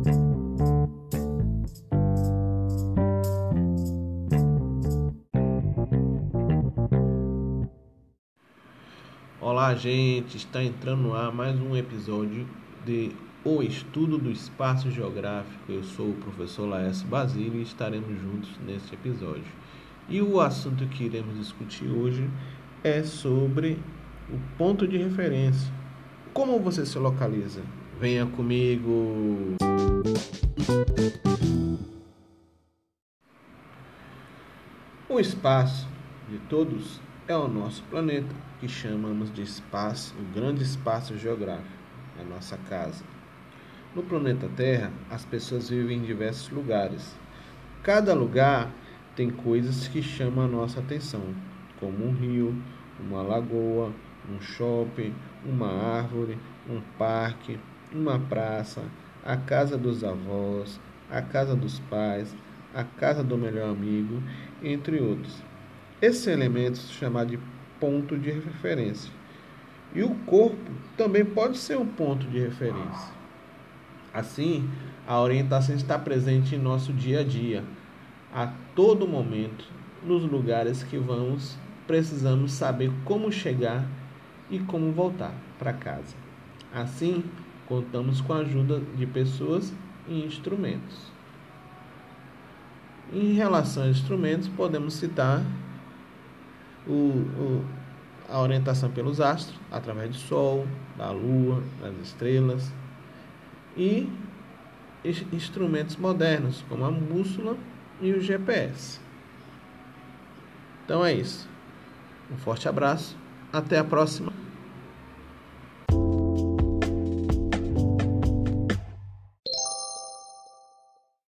Olá, gente! Está entrando no ar mais um episódio de O Estudo do Espaço Geográfico. Eu sou o professor Laércio Basílio e estaremos juntos neste episódio. E o assunto que iremos discutir hoje é sobre o ponto de referência. Como você se localiza? Venha comigo! O espaço de todos é o nosso planeta, que chamamos de espaço, o grande espaço geográfico, a nossa casa. No planeta Terra, as pessoas vivem em diversos lugares. Cada lugar tem coisas que chamam a nossa atenção, como um rio, uma lagoa, um shopping, uma árvore, um parque, uma praça, a casa dos avós, a casa dos pais, a casa do melhor amigo, entre outros. Esses elementos são chamados de ponto de referência. E o corpo também pode ser um ponto de referência. Assim, a orientação está presente em nosso dia a dia, a todo momento, nos lugares que vamos, precisamos saber como chegar e como voltar para casa. Assim, contamos com a ajuda de pessoas e instrumentos. Em relação a instrumentos, podemos citar a orientação pelos astros, através do Sol, da Lua, das estrelas, e instrumentos modernos, como a bússola e o GPS. Então é isso. Um forte abraço, até a próxima.